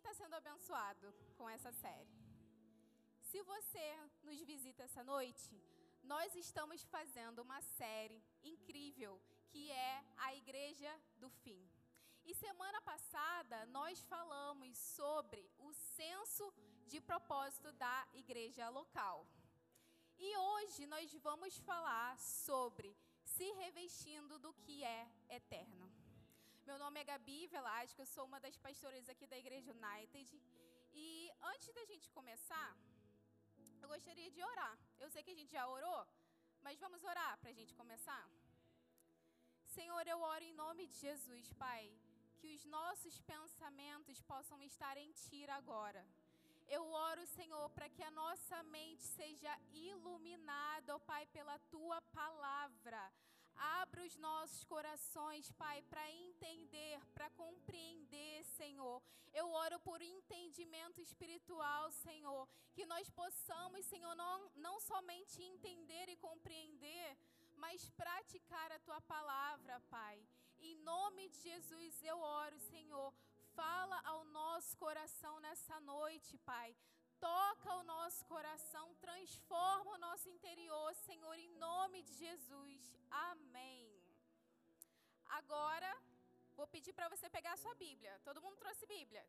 está sendo abençoado com essa série? Se você nos visita essa noite, nós estamos fazendo uma série incrível, que é a Igreja do Fim. E semana passada, nós falamos sobre o senso de propósito da igreja local. E hoje nós vamos falar sobre se revestindo do que é eterno. Meu nome é Gabi Velasco, eu sou uma das pastoras aqui da Igreja United. E antes da gente começar, eu gostaria de orar. Eu sei que a gente já orou, mas vamos orar para a gente começar? Senhor, eu oro em nome de Jesus, Pai, que os nossos pensamentos possam estar em Ti agora. Eu oro, Senhor, para que a nossa mente seja iluminada, ó Pai, pela Tua palavra. Abra os nossos corações, Pai, para entender, para compreender, Senhor. Eu oro por entendimento espiritual, Senhor, que nós possamos, Senhor, não somente entender e compreender, mas praticar a Tua palavra, Pai. Em nome de Jesus eu oro, Senhor, fala ao nosso coração nessa noite, Pai. Toca o nosso coração, transforma o nosso interior, Senhor, em nome de Jesus. Amém. Agora, vou pedir para você pegar a sua Bíblia. Todo mundo trouxe Bíblia?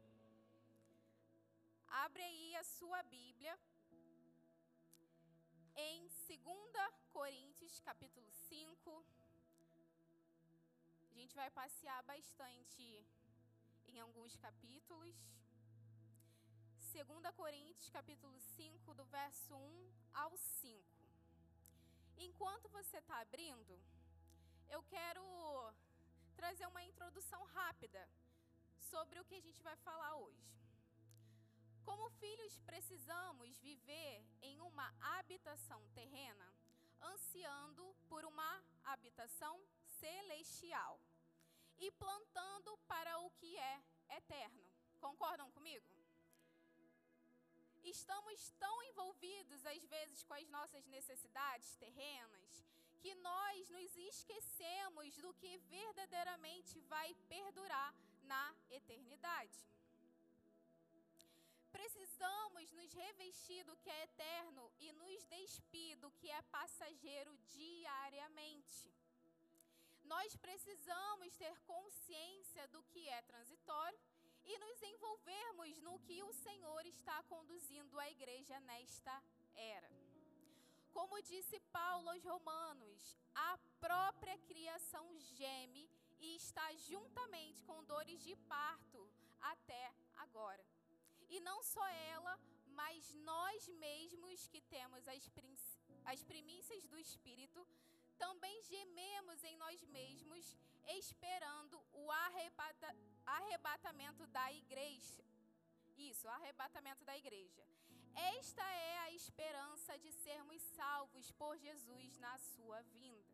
Abre aí a sua Bíblia em 2 Coríntios, capítulo 5. A gente vai passear bastante em alguns capítulos. 2 Coríntios, capítulo 5, do verso 1 ao 5. Enquanto você está abrindo, eu quero trazer uma introdução rápida sobre o que a gente vai falar hoje. Como filhos, precisamos viver em uma habitação terrena, ansiando por uma habitação celestial e plantando para o que é eterno. Concordam comigo? Estamos tão envolvidos, às vezes, com as nossas necessidades terrenas, que nós nos esquecemos do que verdadeiramente vai perdurar na eternidade. Precisamos nos revestir do que é eterno e nos despir do que é passageiro diariamente. Nós precisamos ter consciência do que é transitório e nos envolvermos no que o Senhor está conduzindo a igreja nesta era. Como disse Paulo aos Romanos, a própria criação geme e está juntamente com dores de parto até agora. E não só ela, mas nós mesmos que temos as primícias do Espírito, também gememos em nós mesmos, esperando o arrebatamento da igreja. Isso, o arrebatamento da igreja. Esta é a esperança de sermos salvos por Jesus na sua vinda.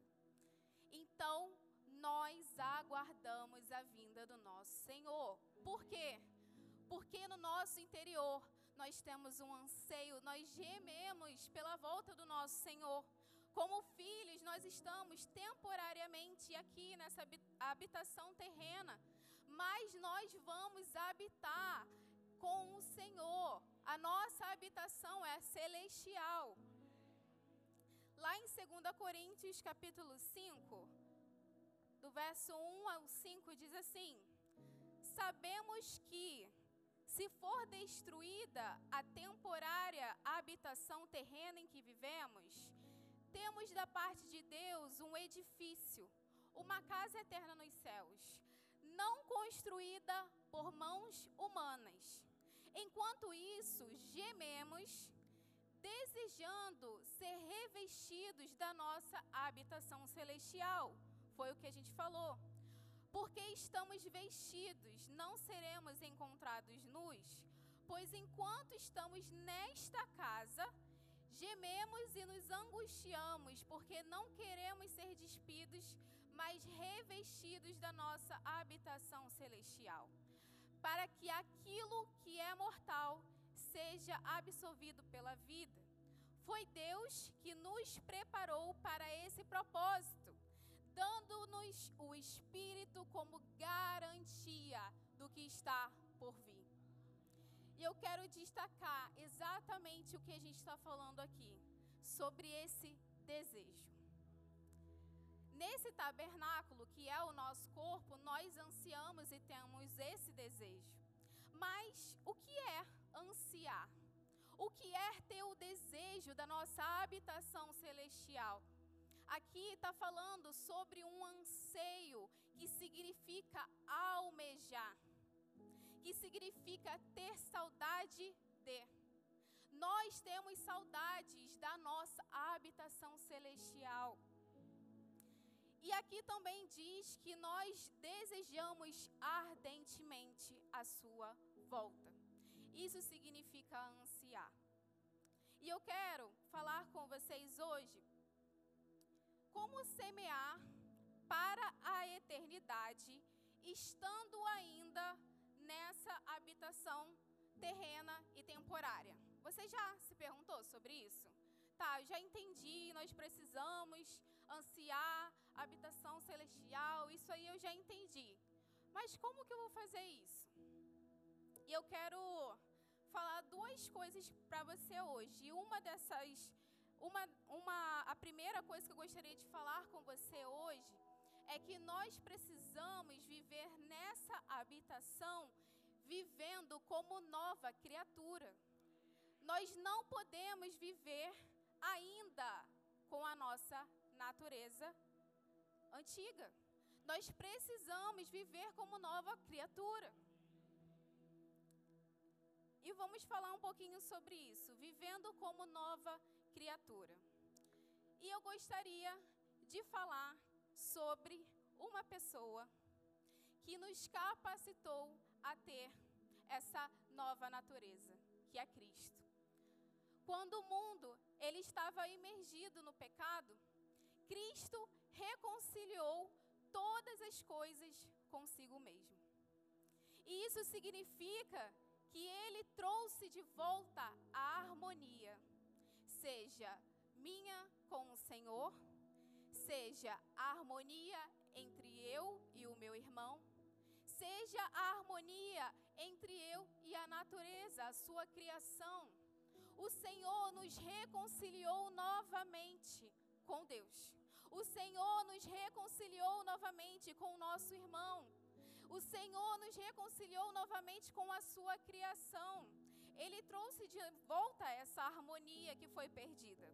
Então, nós aguardamos a vinda do nosso Senhor. Por quê? Porque no nosso interior nós temos um anseio, nós gememos pela volta do nosso Senhor. Como filhos, nós estamos temporariamente aqui nessa habitação terrena, mas nós vamos habitar com o Senhor. A nossa habitação é celestial. Lá em 2 Coríntios, capítulo 5, do verso 1 ao 5, diz assim: sabemos que, se for destruída a temporária habitação terrena em que vivemos, temos da parte de Deus um edifício, uma casa eterna nos céus, não construída por mãos humanas. Enquanto isso, gememos, desejando ser revestidos da nossa habitação celestial. Foi o que a gente falou. Porque estamos vestidos, não seremos encontrados nus, pois enquanto estamos nesta casa, gememos e nos angustiamos, porque não queremos ser despidos, mas revestidos da nossa habitação celestial, para que aquilo que é mortal seja absorvido pela vida. Foi Deus que nos preparou para esse propósito, dando-nos o Espírito como garantia do que está por vir. E eu quero destacar exatamente o que a gente está falando aqui, sobre esse desejo. Nesse tabernáculo, que é o nosso corpo, nós ansiamos e temos esse desejo. Mas o que é ansiar? O que é ter o desejo da nossa habitação celestial? Aqui está falando sobre um anseio que significa almejar, que significa ter saudade de. Nós temos saudades da nossa habitação celestial. E aqui também diz que nós desejamos ardentemente a sua volta. Isso significa ansiar. E eu quero falar com vocês hoje como semear para a eternidade, estando ainda nessa habitação terrena e temporária. Você já se perguntou sobre isso? Tá, eu já entendi, nós precisamos ansiar a habitação celestial, isso aí eu já entendi. Mas como que eu vou fazer isso? E eu quero falar duas coisas para você hoje. E a primeira coisa que eu gostaria de falar com você hoje é que nós precisamos viver nessa habitação, vivendo como nova criatura. Nós não podemos viver ainda com a nossa natureza antiga. Nós precisamos viver como nova criatura. E vamos falar um pouquinho sobre isso, vivendo como nova criatura. E eu gostaria de falar sobre uma pessoa que nos capacitou a ter essa nova natureza, que é Cristo. Quando o mundo ele estava imergido no pecado, Cristo reconciliou todas as coisas consigo mesmo. E isso significa que ele trouxe de volta a harmonia, seja minha com o Senhor, seja a harmonia entre eu e o meu irmão, seja a harmonia entre eu e a natureza, a sua criação. O Senhor nos reconciliou novamente com Deus. O Senhor nos reconciliou novamente com o nosso irmão. O Senhor nos reconciliou novamente com a sua criação. Ele trouxe de volta essa harmonia que foi perdida.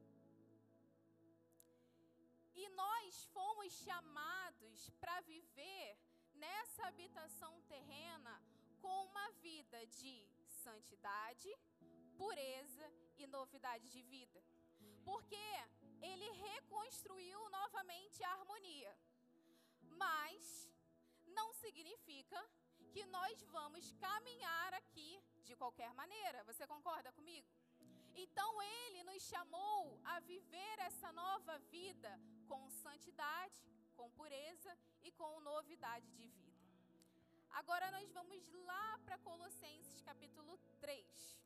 E nós fomos chamados para viver nessa habitação terrena com uma vida de santidade, pureza e novidade de vida. Porque ele reconstruiu novamente a harmonia. Mas não significa que nós vamos caminhar aqui de qualquer maneira. Você concorda comigo? Então ele nos chamou a viver essa nova vida com santidade, com pureza e com novidade de vida. Agora nós vamos lá para Colossenses capítulo 3.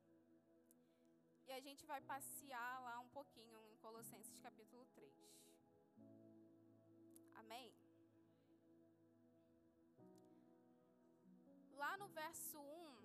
E a gente vai passear lá um pouquinho em Colossenses capítulo 3. Amém? Lá no verso 1,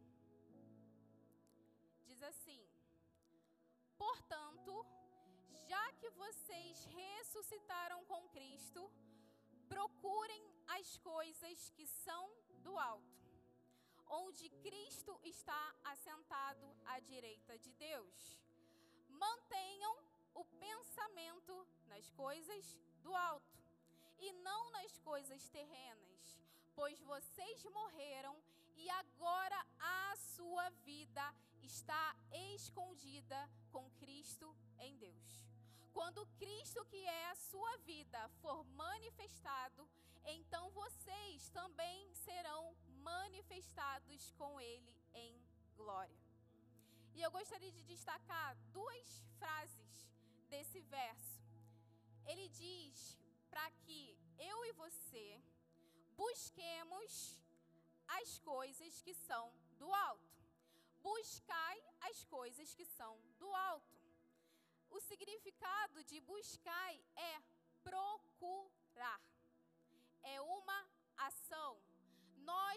diz assim: portanto, já que vocês ressuscitaram com Cristo, procurem as coisas que são do alto, onde Cristo está assentado à direita de Deus. Mantenham o pensamento nas coisas do alto, e não nas coisas terrenas, pois vocês morreram e agora a sua vida está escondida com Cristo em Deus. Quando Cristo, que é a sua vida, for manifestado, então vocês também serão manifestados com Ele em glória. E eu gostaria de destacar duas frases desse verso. Ele diz para que eu e você busquemos as coisas que são do alto. Buscai as coisas que são do alto. O significado de buscar é procurar. É uma ação. Nós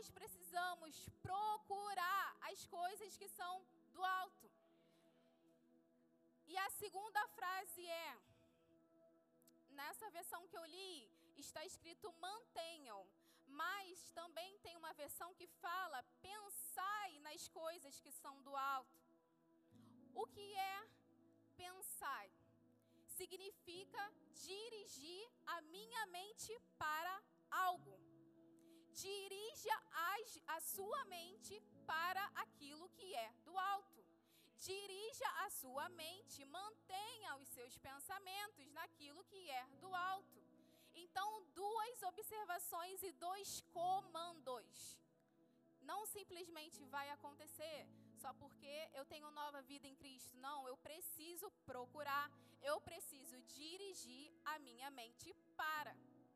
nós precisamos procurar as coisas que são do alto. E a segunda frase é, nessa versão que eu li, está escrito mantenham, mas também tem uma versão que fala pensai nas coisas que são do alto. O que é pensar? Significa dirigir a minha mente para algo. Dirija a sua mente para aquilo que é do alto. Dirija a sua mente, mantenha os seus pensamentos naquilo que é do alto. Então, duas observações e dois comandos. Não simplesmente vai acontecer só porque eu tenho nova vida em Cristo. Não, eu preciso procurar, eu preciso dirigir a minha mente para.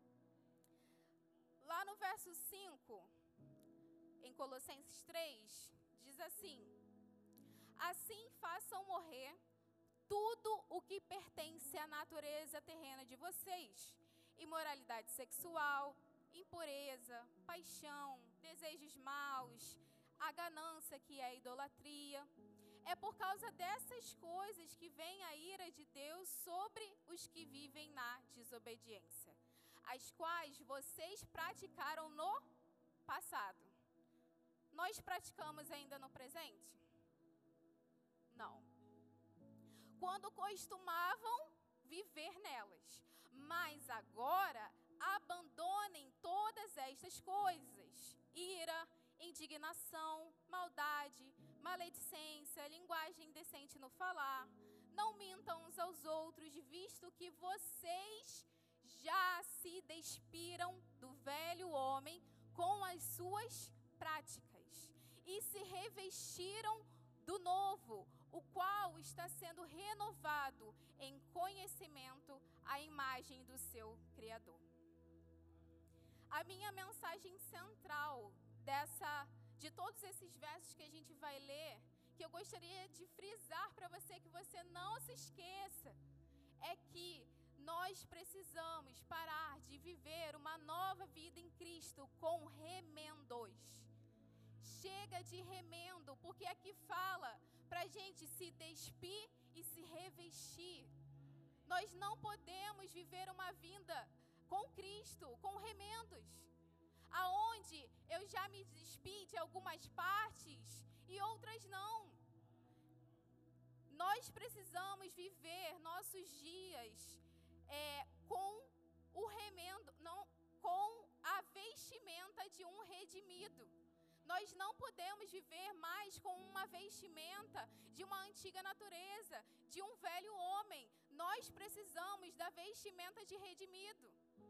Lá no verso 5, em Colossenses 3, diz assim: assim façam morrer tudo o que pertence à natureza terrena de vocês: imoralidade sexual, impureza, paixão, desejos maus, a ganância, que é a idolatria. É por causa dessas coisas que vem a ira de Deus sobre os que vivem na desobediência, as quais vocês praticaram no passado. Nós praticamos ainda no presente? Não. Quando costumavam viver nelas. Mas agora, abandonem todas estas coisas: ira, indignação, maldade, maledicência, linguagem indecente no falar. Não mintam uns aos outros, visto que vocês já se despiram do velho homem com as suas práticas e se revestiram do novo, o qual está sendo renovado em conhecimento à imagem do seu Criador. A minha mensagem central de todos esses versos que a gente vai ler, que eu gostaria de frisar para você, que você não se esqueça, é que nós precisamos parar de viver uma nova vida em Cristo com remendos. Chega de remendo, porque aqui fala para a gente se despir e se revestir. Nós não podemos viver uma vida com Cristo, com remendos, aonde eu já me despi de algumas partes e outras não. Nós precisamos viver nossos dias com o remendo, não, com a vestimenta de um redimido. Nós não podemos viver mais com uma vestimenta de uma antiga natureza, de um velho homem. Nós precisamos da vestimenta de redimido.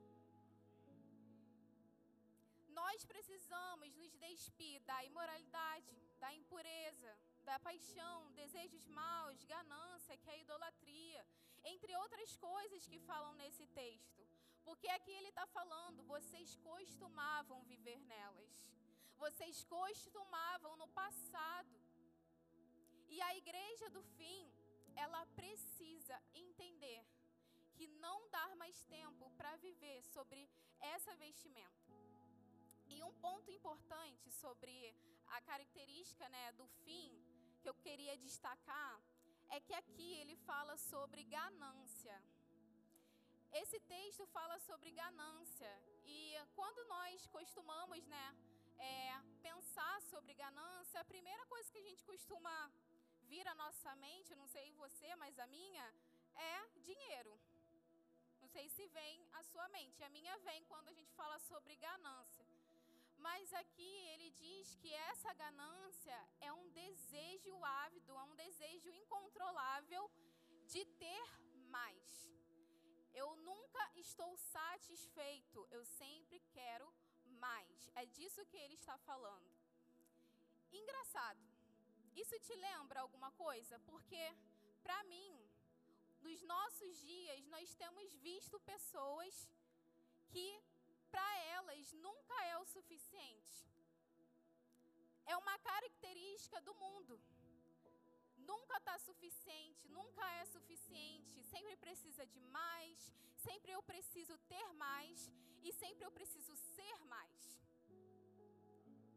Nós precisamos nos despir da imoralidade, da impureza, da paixão, desejos maus, ganância, que é a idolatria, entre outras coisas que falam nesse texto. Porque aqui ele está falando, vocês costumavam viver nelas. Vocês costumavam no passado. E a igreja do fim, ela precisa entender que não dá mais tempo para viver sobre essa vestimenta. E um ponto importante sobre a característica, do fim, que eu queria destacar, é que aqui ele fala sobre ganância. Esse texto fala sobre ganância. E quando nós costumamos, pensar sobre ganância, a primeira coisa que a gente costuma vir à nossa mente, não sei você, mas a minha, é dinheiro. Não sei se vem à sua mente. A minha vem quando a gente fala sobre ganância. Mas aqui ele diz que essa ganância é um desejo ávido, é um desejo incontrolável de ter mais. Eu nunca estou satisfeito, eu sempre quero mais. É disso que ele está falando. Engraçado. Isso te lembra alguma coisa? Porque, para mim, nos nossos dias, nós temos visto pessoas que, para elas, nunca é o suficiente. É uma característica do mundo. Nunca está suficiente, nunca é suficiente. Sempre precisa de mais, sempre eu preciso ter mais e sempre eu preciso ser mais.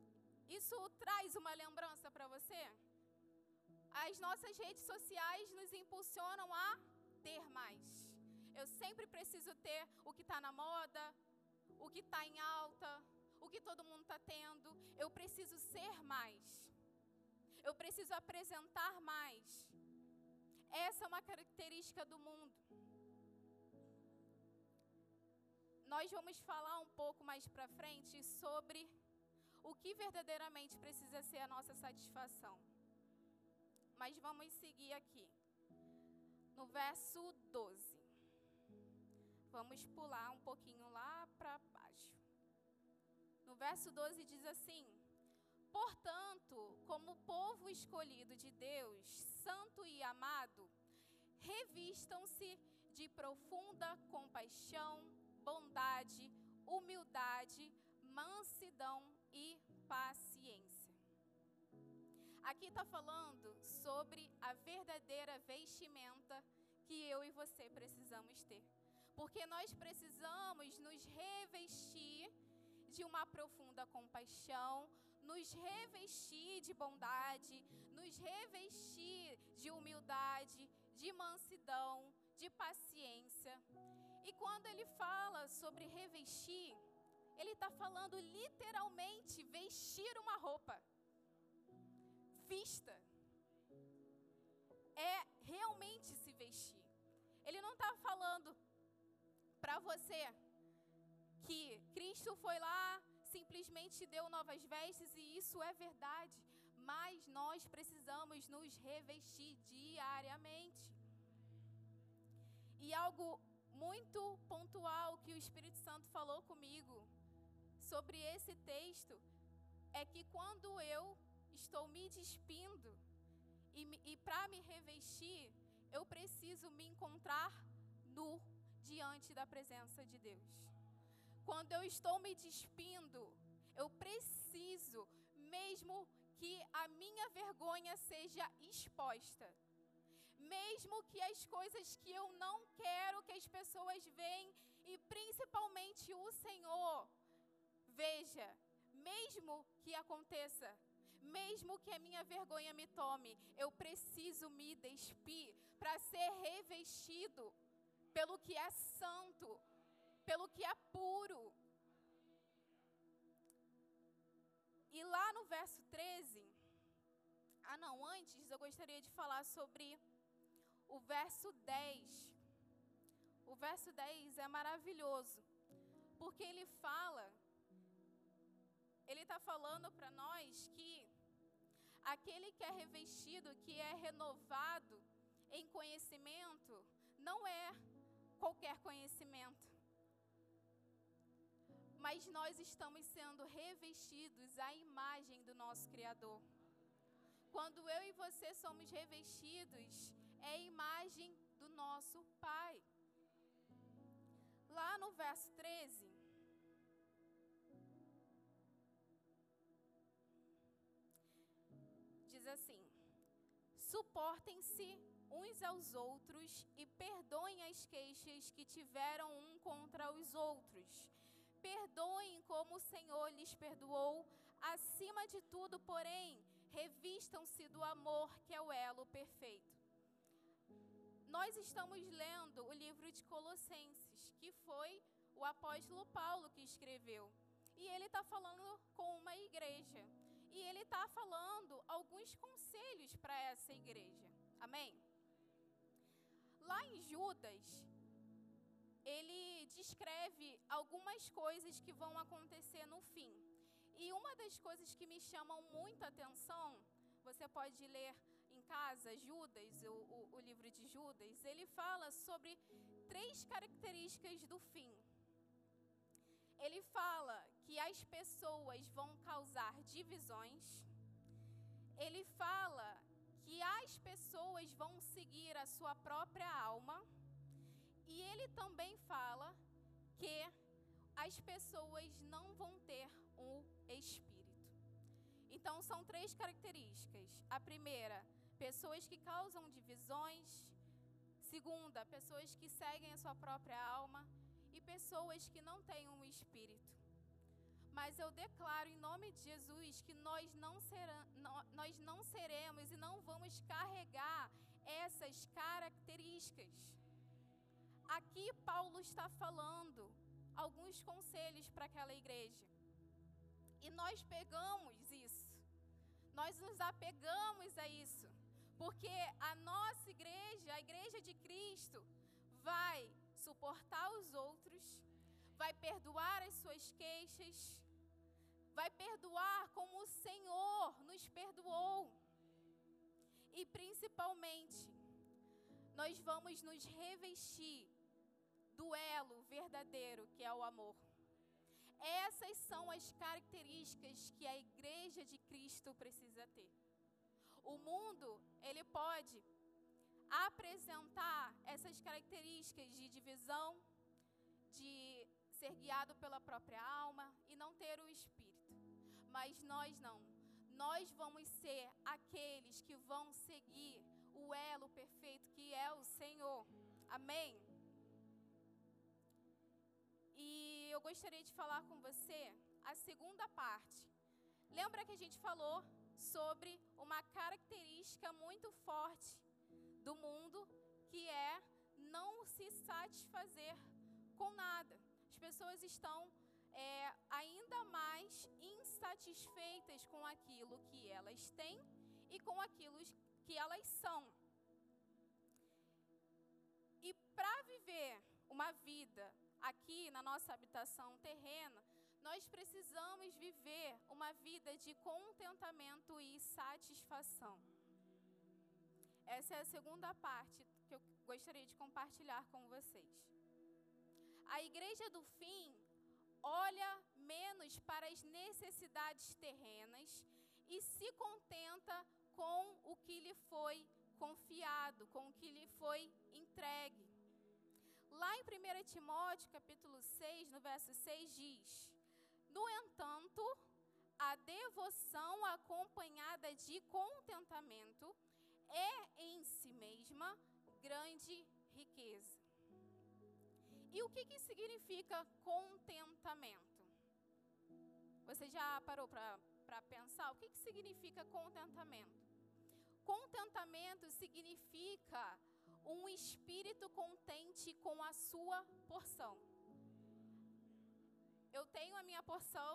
Isso traz uma lembrança para você? As nossas redes sociais nos impulsionam a ter mais. Eu sempre preciso ter o que está na moda, o que está em alta, o que todo mundo está tendo. Eu preciso ser mais. Eu preciso apresentar mais. Essa é uma característica do mundo. Nós vamos falar um pouco mais para frente sobre o que verdadeiramente precisa ser a nossa satisfação. Mas vamos seguir aqui. No verso 12. Vamos pular um pouquinho lá para baixo. No verso 12 diz assim: portanto, como povo escolhido de Deus, santo e amado, revistam-se de profunda compaixão, bondade, humildade, mansidão e paciência. Aqui está falando sobre a verdadeira vestimenta que eu e você precisamos ter. Porque nós precisamos nos revestir de uma profunda compaixão, nos revestir de bondade, nos revestir de humildade, de mansidão, de paciência. E quando ele fala sobre revestir, ele está falando literalmente vestir uma roupa. Vista. É realmente se vestir. Ele não está falando para você que Cristo foi lá, simplesmente deu novas vestes, e isso é verdade. Mas nós precisamos nos revestir diariamente. E algo muito pontual que o Espírito Santo falou comigo sobre esse texto é que quando eu estou me despindo e para me revestir, eu preciso me encontrar nu diante da presença de Deus. Quando eu estou me despindo, eu preciso, mesmo que a minha vergonha seja exposta, mesmo que as coisas que eu não quero que as pessoas vejam, e principalmente o Senhor veja, mesmo que aconteça, mesmo que a minha vergonha me tome, eu preciso me despir para ser revestido pelo que é santo, pelo que é puro. E lá no verso 13, antes eu gostaria de falar sobre o verso 10. O verso 10 é maravilhoso, porque ele está falando para nós que aquele que é revestido, que é renovado em conhecimento, não é qualquer conhecimento. Mas nós estamos sendo revestidos à imagem do nosso Criador. Quando eu e você somos revestidos, é a imagem do nosso Pai. Lá no verso 13, diz assim: suportem-se uns aos outros e perdoem as queixas que tiveram um contra os outros. Perdoem como o Senhor lhes perdoou. Acima de tudo, porém, revistam-se do amor, que é o elo perfeito. Nós estamos lendo o livro de Colossenses, que foi o apóstolo Paulo que escreveu. E ele está falando com uma igreja. E ele está falando alguns conselhos para essa igreja. Amém? Lá em Judas, ele descreve algumas coisas que vão acontecer no fim. E uma das coisas que me chamam muita atenção, você pode ler em casa, Judas, o livro de Judas, ele fala sobre 3 características do fim. Ele fala que as pessoas vão causar divisões. Ele fala que as pessoas vão seguir a sua própria alma. E ele também fala que as pessoas não vão ter um espírito. Então, são 3 características. A primeira, pessoas que causam divisões. Segunda, pessoas que seguem a sua própria alma. E pessoas que não têm um espírito. Mas eu declaro em nome de Jesus que nós não seremos e não vamos carregar essas características. Aqui Paulo está falando alguns conselhos para aquela igreja. E nós pegamos isso. Nós nos apegamos a isso. Porque a nossa igreja, a igreja de Cristo, vai suportar os outros, vai perdoar as suas queixas, vai perdoar como o Senhor nos perdoou. E principalmente, nós vamos nos revestir do elo verdadeiro que é o amor. Essas são as características que a igreja de Cristo precisa ter. O mundo, ele pode apresentar essas características de divisão, de ser guiado pela própria alma e não ter o Espírito. Mas nós não. Nós vamos ser aqueles que vão seguir o elo perfeito que é o Senhor. Amém? E eu gostaria de falar com você a segunda parte. Lembra que a gente falou sobre uma característica muito forte do mundo, que é não se satisfazer com nada. As pessoas estão ainda mais insatisfeitas com aquilo que elas têm e com aquilo que elas são. E para viver uma vida aqui na nossa habitação terrena, nós precisamos viver uma vida de contentamento e satisfação. Essa é a segunda parte que eu gostaria de compartilhar com vocês. A igreja do fim olha menos para as necessidades terrenas e se contenta com o que lhe foi confiado, com o que lhe foi entregue. Lá em 1 Timóteo, capítulo 6, no verso 6, diz: no entanto, a devoção acompanhada de contentamento é em si mesma grande riqueza. E o que significa contentamento? Você já parou para pensar? O que significa contentamento? Contentamento significa um espírito contente com a sua porção. Eu tenho a minha porção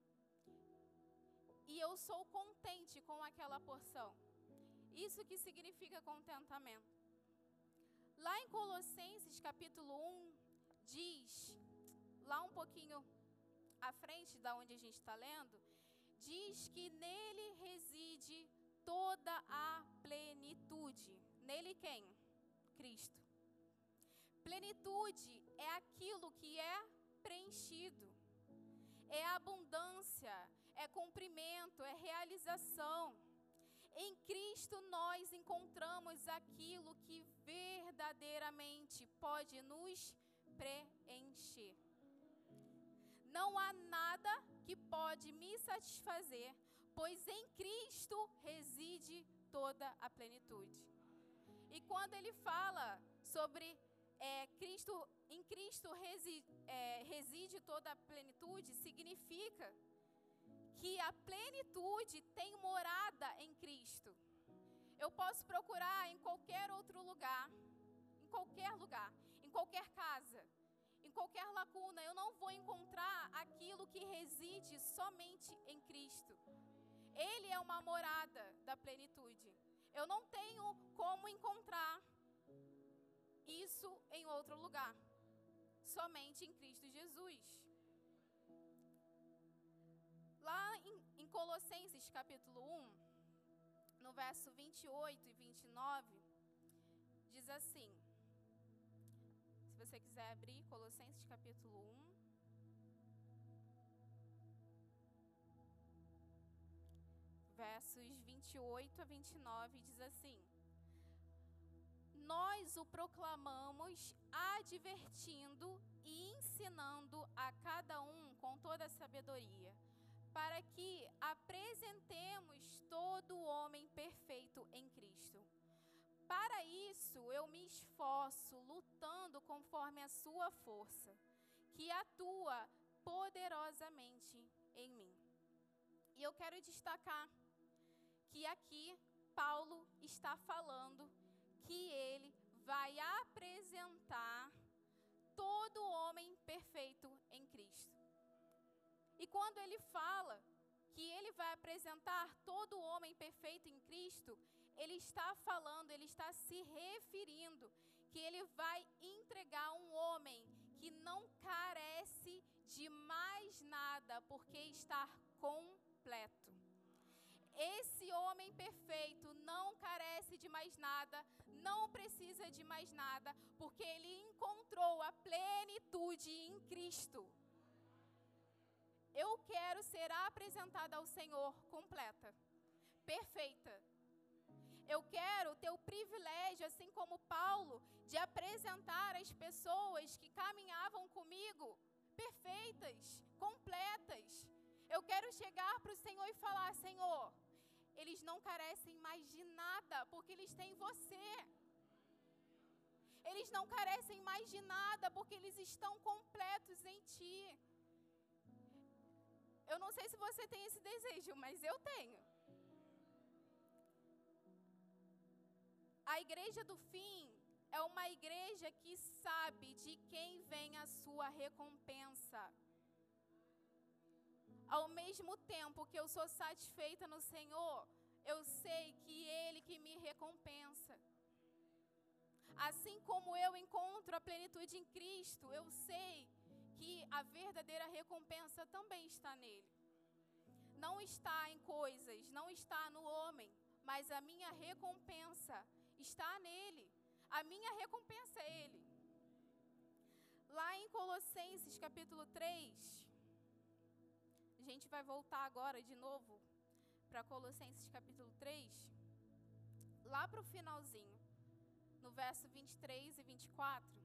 e eu sou contente com aquela porção. Isso que significa contentamento. Lá em Colossenses capítulo 1, diz, lá um pouquinho à frente da onde a gente está lendo, diz que nele reside toda a plenitude. Nele quem? Cristo. Plenitude é aquilo que é preenchido, é abundância, é cumprimento, é realização. Em Cristo nós encontramos aquilo que verdadeiramente pode nos preencher. Não há nada que pode me satisfazer, pois em Cristo reside toda a plenitude. E quando ele fala sobre em Cristo reside toda a plenitude, significa que a plenitude tem morada em Cristo. Eu posso procurar em qualquer outro lugar, em qualquer casa, em qualquer lacuna, eu não vou encontrar aquilo que reside somente em Cristo. Ele é uma morada da plenitude. Eu não tenho como encontrar isso em outro lugar, somente em Cristo Jesus. Lá em Colossenses capítulo 1, no verso 28 e 29, diz assim, se você quiser abrir, Colossenses capítulo 1, versos 28 a 29, diz assim: nós o proclamamos advertindo e ensinando a cada um com toda a sabedoria, para que apresentemos todo o homem perfeito em Cristo. Para isso eu me esforço, lutando conforme a sua força, que atua poderosamente em mim. E eu quero destacar que aqui Paulo está falando que ele vai apresentar todo homem perfeito em Cristo. E quando ele fala que ele vai apresentar todo homem perfeito em Cristo, ele está falando, ele está se referindo que ele vai entregar um homem que não carece de mais nada, porque está completo. Esse homem perfeito não carece de mais nada, não precisa de mais nada, porque ele encontrou a plenitude em Cristo. Eu quero ser apresentada ao Senhor completa, perfeita. Eu quero ter o privilégio, assim como Paulo, de apresentar as pessoas que caminhavam comigo perfeitas, completas. Eu quero chegar para o Senhor e falar: Senhor, eles não carecem mais de nada, porque eles têm você. Eles não carecem mais de nada, porque eles estão completos em Ti. Eu não sei se você tem esse desejo, mas eu tenho. A igreja do fim é uma igreja que sabe de quem vem a sua recompensa. Ao mesmo tempo que eu sou satisfeita no Senhor, eu sei que Ele que me recompensa. Assim como eu encontro a plenitude em Cristo, eu sei que a verdadeira recompensa também está nele. Não está em coisas, não está no homem, mas a minha recompensa está nele. A minha recompensa é ele. Lá em Colossenses capítulo 3, a gente vai voltar agora de novo para Colossenses capítulo 3, lá para o finalzinho, no verso 23 e 24,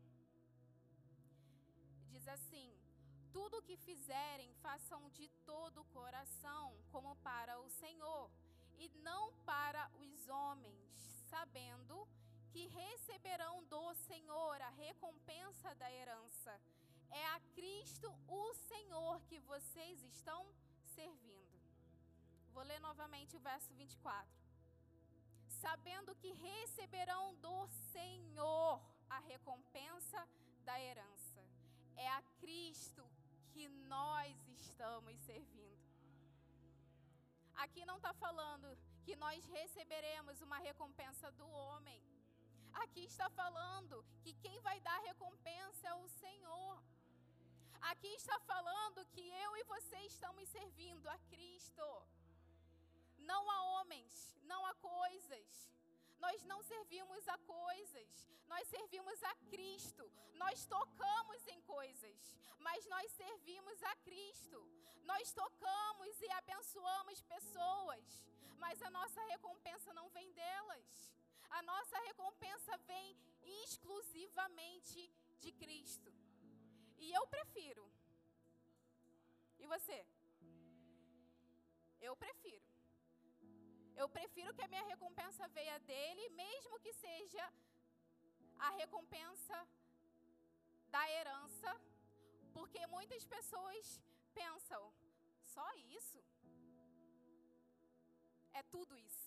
diz assim: tudo o que fizerem, façam de todo o coração, como para o Senhor, e não para os homens, sabendo que receberão do Senhor a recompensa da herança. É a Cristo, o Senhor, que vocês estão servindo. Vou ler novamente o verso 24. Sabendo que receberão do Senhor a recompensa da herança. É a Cristo que nós estamos servindo. Aqui não está falando que nós receberemos uma recompensa do homem. Aqui está falando que quem vai dar recompensa é o Senhor. Aqui está falando que eu e você estamos servindo a Cristo. Não a homens, não a coisas. Nós não servimos a coisas, nós servimos a Cristo. Nós tocamos em coisas, mas nós servimos a Cristo. Nós tocamos e abençoamos pessoas, mas a nossa recompensa não vem delas. A nossa recompensa vem exclusivamente de Cristo. E eu prefiro. E você? Eu prefiro. Eu prefiro que a minha recompensa venha dele, mesmo que seja a recompensa da herança, porque muitas pessoas pensam: só isso? É tudo isso.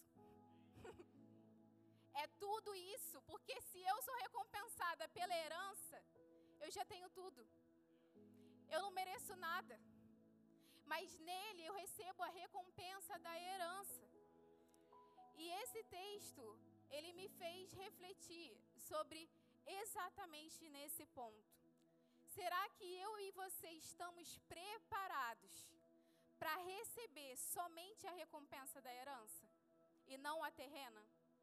É tudo isso, porque se eu sou recompensada pela herança, eu já tenho tudo. Eu não mereço nada, mas nele eu recebo a recompensa da herança. E esse texto, ele me fez refletir sobre exatamente nesse ponto. Será que eu e você estamos preparados para receber somente a recompensa da herança e não a terrena?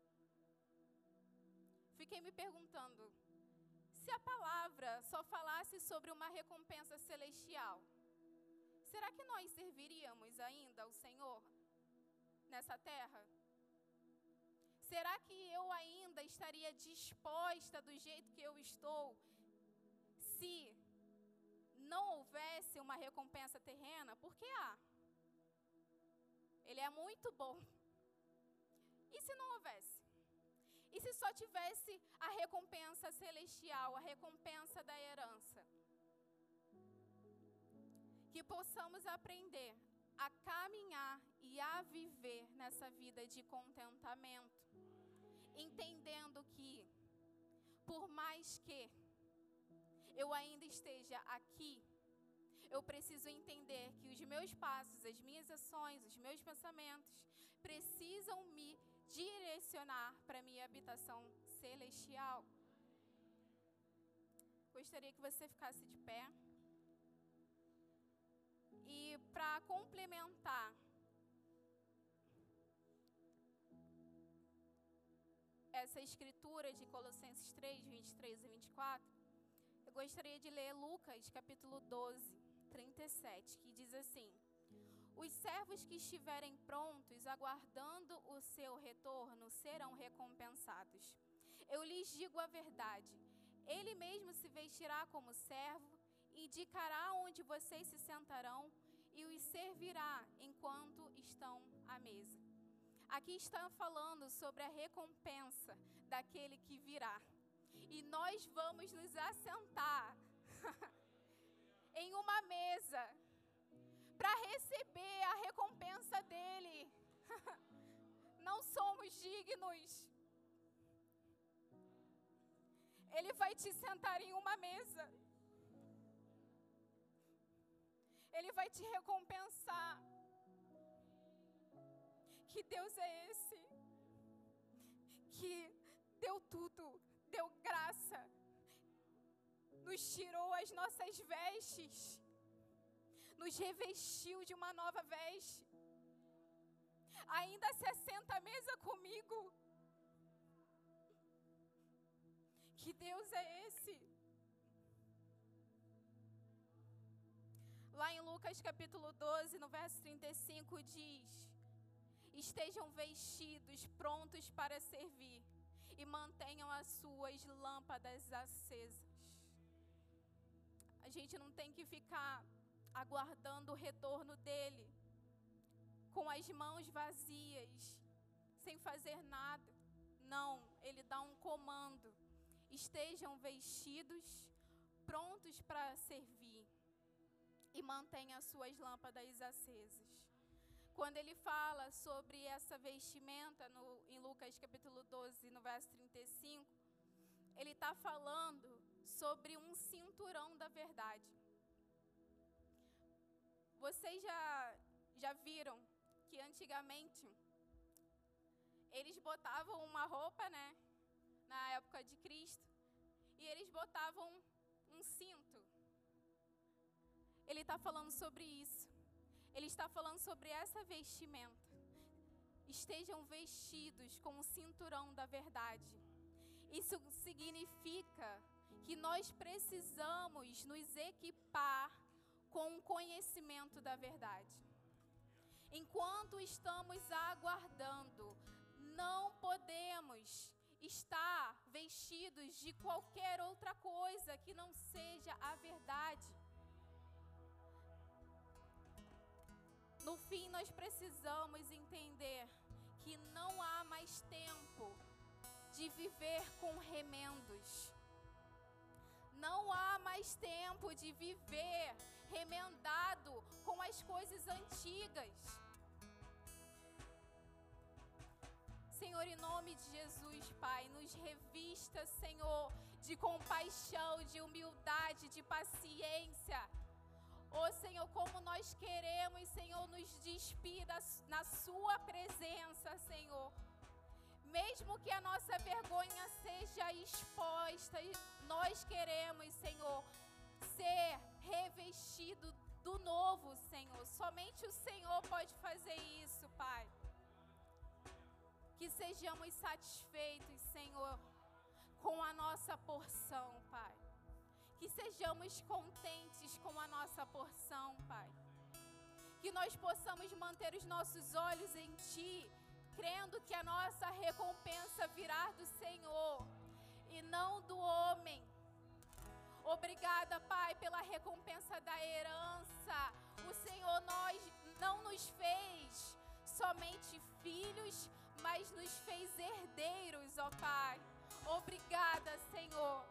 Fiquei me perguntando, se a palavra só falasse sobre uma recompensa celestial, será que nós serviríamos ainda ao Senhor nessa terra? Será que eu ainda estaria disposta do jeito que eu estou se não houvesse uma recompensa terrena? Porque há. Ele é muito bom. E se não houvesse? E se só tivesse a recompensa celestial, a recompensa da herança? Que possamos aprender a caminhar e a viver nessa vida de contentamento, entendendo que, por mais que eu ainda esteja aqui, eu preciso entender que os meus passos, as minhas ações, os meus pensamentos precisam me direcionar para a minha habitação celestial. Gostaria que você ficasse de pé. E para complementar essa escritura de Colossenses 3, 23 e 24, eu gostaria de ler Lucas, capítulo 12, 37, que diz assim: os servos que estiverem prontos, aguardando o seu retorno, serão recompensados. Eu lhes digo a verdade, ele mesmo se vestirá como servo, indicará onde vocês se sentarão e os servirá enquanto estão à mesa. Aqui está falando sobre a recompensa daquele que virá. E nós vamos nos assentar em uma mesa para receber a recompensa dele. Não somos dignos. Ele vai te sentar em uma mesa. Ele vai te recompensar. Que Deus é esse que deu tudo, deu graça, nos tirou as nossas vestes, nos revestiu de uma nova veste. Ainda se assenta à mesa comigo. Que Deus é esse? Lá em Lucas capítulo 12, no verso 35, diz: estejam vestidos, prontos para servir, e mantenham as suas lâmpadas acesas. A gente não tem que ficar aguardando o retorno dele, com as mãos vazias, sem fazer nada. Não, ele dá um comando. Estejam vestidos, prontos para servir, e mantenham as suas lâmpadas acesas. Quando ele fala sobre essa vestimenta, em Lucas capítulo 12, no verso 35, ele está falando sobre um cinturão da verdade. Vocês já viram que antigamente eles botavam uma roupa, né, na época de Cristo, e eles botavam um cinto. Ele está falando sobre isso. Ele está falando sobre essa vestimenta. Estejam vestidos com o cinturão da verdade. Isso significa que nós precisamos nos equipar com o conhecimento da verdade. Enquanto estamos aguardando, não podemos estar vestidos de qualquer outra coisa que não seja a verdade. No fim, nós precisamos entender que não há mais tempo de viver com remendos. Não há mais tempo de viver remendado com as coisas antigas. Senhor, em nome de Jesus, Pai, nos revista, Senhor, de compaixão, de humildade, de paciência. Ó Senhor, como nós queremos, Senhor, nos despir na sua presença, Senhor. Mesmo que a nossa vergonha seja exposta, nós queremos, Senhor, ser revestido do novo, Senhor. Somente o Senhor pode fazer isso, Pai. Que sejamos satisfeitos, Senhor, com a nossa porção, Pai. Que sejamos contentes com a nossa porção, Pai. Que nós possamos manter os nossos olhos em Ti, crendo que a nossa recompensa virá do Senhor e não do homem. Obrigada, Pai, pela recompensa da herança. O Senhor não nos fez somente filhos, mas nos fez herdeiros, ó Pai. Obrigada, Senhor.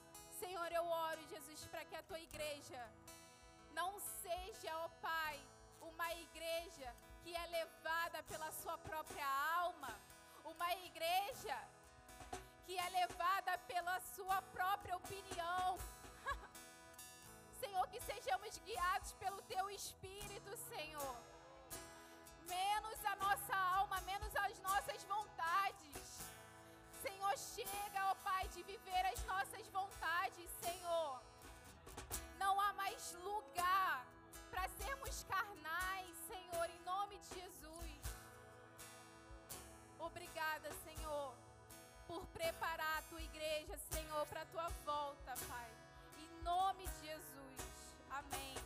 Senhor, eu oro, Jesus, para que a Tua igreja não seja, ó Pai, uma igreja que é levada pela sua própria alma, uma igreja que é levada pela sua própria opinião. Senhor, que sejamos guiados pelo Teu Espírito, Senhor. Menos a nossa alma, menos as nossas vontades. Senhor, chega, ó Pai, de viver as nossas vontades, Senhor. Não há mais lugar para sermos carnais, Senhor, em nome de Jesus. Obrigada, Senhor, por preparar a Tua igreja, Senhor, para a Tua volta, Pai. Em nome de Jesus. Amém.